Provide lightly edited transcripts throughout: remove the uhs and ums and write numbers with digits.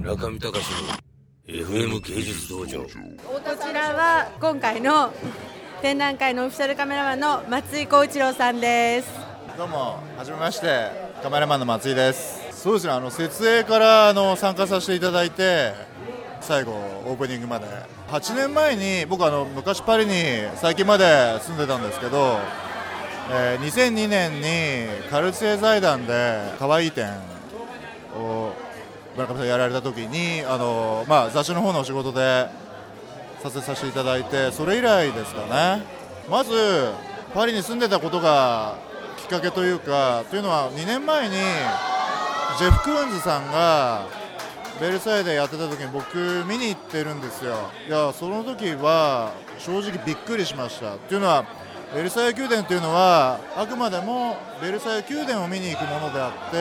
村上隆の FM 芸術道場。 こちらは今回の展覧会のオフィシャルカメラマンの松井浩一郎さんです。 どうも、はじめまして、カメラマンの松井です。そうですね、設営から参加させていただいて、最後オープニングまで8年前に僕昔パリに最近まで住んでたんですけど、2002年にカルチェ財団で可愛い展を村上さんやられた時に雑誌の方のお仕事でさせていただいて、それ以来ですかね。まずパリに住んでたことがきっかけというのは2年前にジェフ・クーンズさんがベルサイユでやってた時に僕見に行ってるんですよ。いや、その時は正直びっくりしました。というのはベルサイユ宮殿というのはあくまでもベルサイユ宮殿を見に行くものであって、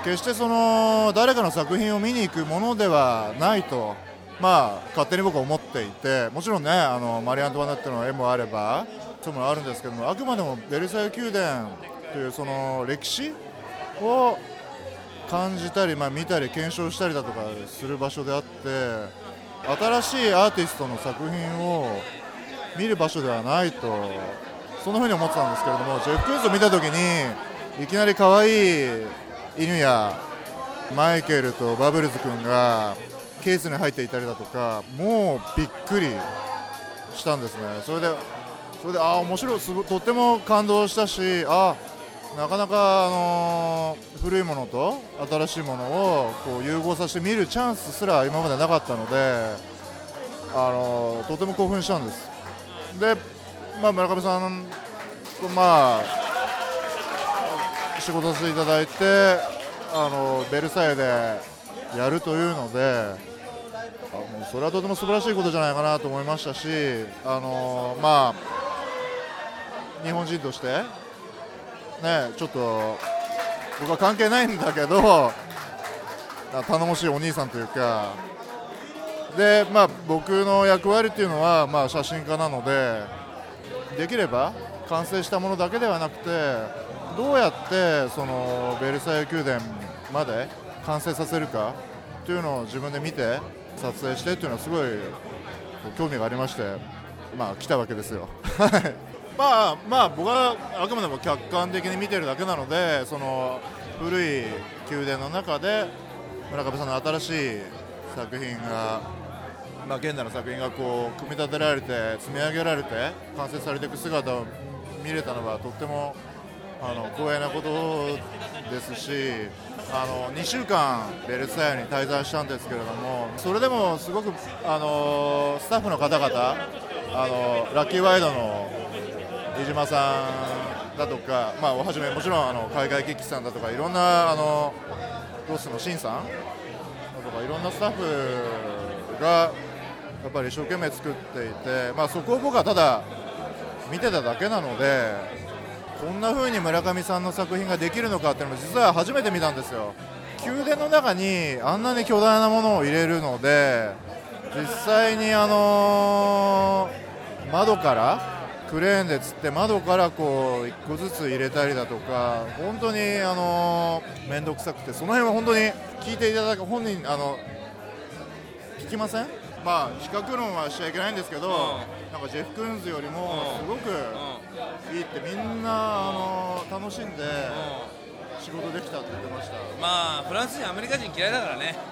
決して誰かの作品を見に行くものではないと、勝手に僕は思っていて、もちろんねマリー・アントワネットの絵もあればそういうものあるんですけども、あくまでもベルサイユ宮殿というその歴史を感じたり、見たり検証したりだとかする場所であって、新しいアーティストの作品を見る場所ではないと、そんな風に思ってたんですけれども、ジェフ・クーンズを見た時にいきなり可愛い犬やマイケルとバブルズ君がケースに入っていたりだとか、もうびっくりしたんですね。それで面白い、とっても感動したし、なかなか古いものと新しいものを融合させて見るチャンスすら今までなかったので、とても興奮したんです。で、村上さんと仕事させていただいてベルサイユでやるというので、もうそれはとても素晴らしいことじゃないかなと思いましたし、日本人としてね、ちょっと僕は関係ないんだけど頼もしいお兄さんというかで、僕の役割っていうのは、写真家なので、できれば完成したものだけではなくて、どうやってベルサイユ宮殿まで完成させるかというのを自分で見て撮影してというのはすごい興味がありまして、来たわけですよ。僕はあくまでも客観的に見てるだけなので、その古い宮殿の中で村上さんの新しい作品が、現代の作品が組み立てられて積み上げられて完成されていく姿を見れたのはとっても光栄なことですし、2週間ベルサイユに滞在したんですけれども、それでもすごくスタッフの方々ラッキーワイドの飯島さんだとか、おはじめもちろん海外劇さんだとか、いろんなロスのシンさんだとかいろんなスタッフがやっぱり一生懸命作っていて、そこを僕はただ見てただけなので、こんな風に村上さんの作品ができるのかっていうのも実は初めて見たんですよ。宮殿の中にあんなに巨大なものを入れるので、実際に窓からクレーンで吊って窓から1個ずつ入れたりだとか、本当に面倒くさくて、その辺は本当に聞いていただく本人聞きません？比較論はしちゃいけないんですけど、なんかジェフ・クーンズよりもすごくいいってみんな楽しんで仕事できたって言ってました。 フランス人アメリカ人嫌いだからね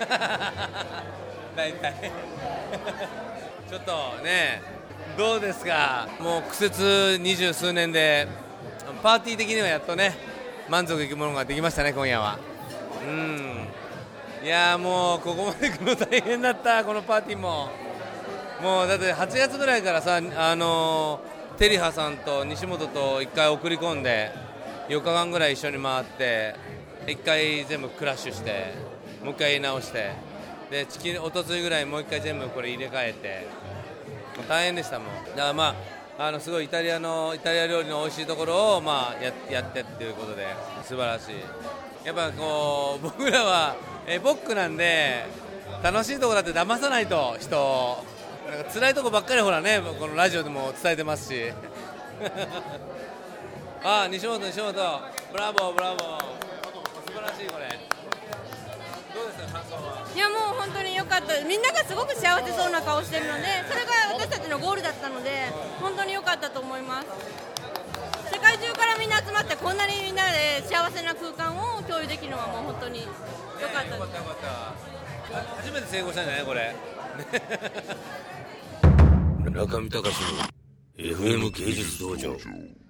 大体ちょっとね、どうですか、もう苦節20数年でパーティー的にはやっとね満足いくものができましたね、今夜は。いやもうここまで来るの大変だった。このパーティーももうだって8月ぐらいからさ、テリハさんと西本と1回送り込んで4日間ぐらい一緒に回って、1回全部クラッシュして、もう1回入れ直して、でおとついぐらいもう1回全部これ入れ替えて、大変でしたもん。だからすごいイタリア料理の美味しいところをやってっていうことで素晴らしい。やっぱ僕らはエポックなんで、楽しいところだって騙さないと人を、なんか辛いとこばっかりほらね、このラジオでも伝えてますし西本ブラボー素晴らしい。これどうですか、感想は。 当に良かった。みんながすごく幸せそうな顔してるので、それが私たちのゴールだったので本当に良かったと思います。世界中からみんな集まってこんなにみんなで幸せな空間を共有できるのはもう本当に良かったです。 よかったよかった。初めて成功したんじゃないこれ。 中見隆の FM 芸術道場。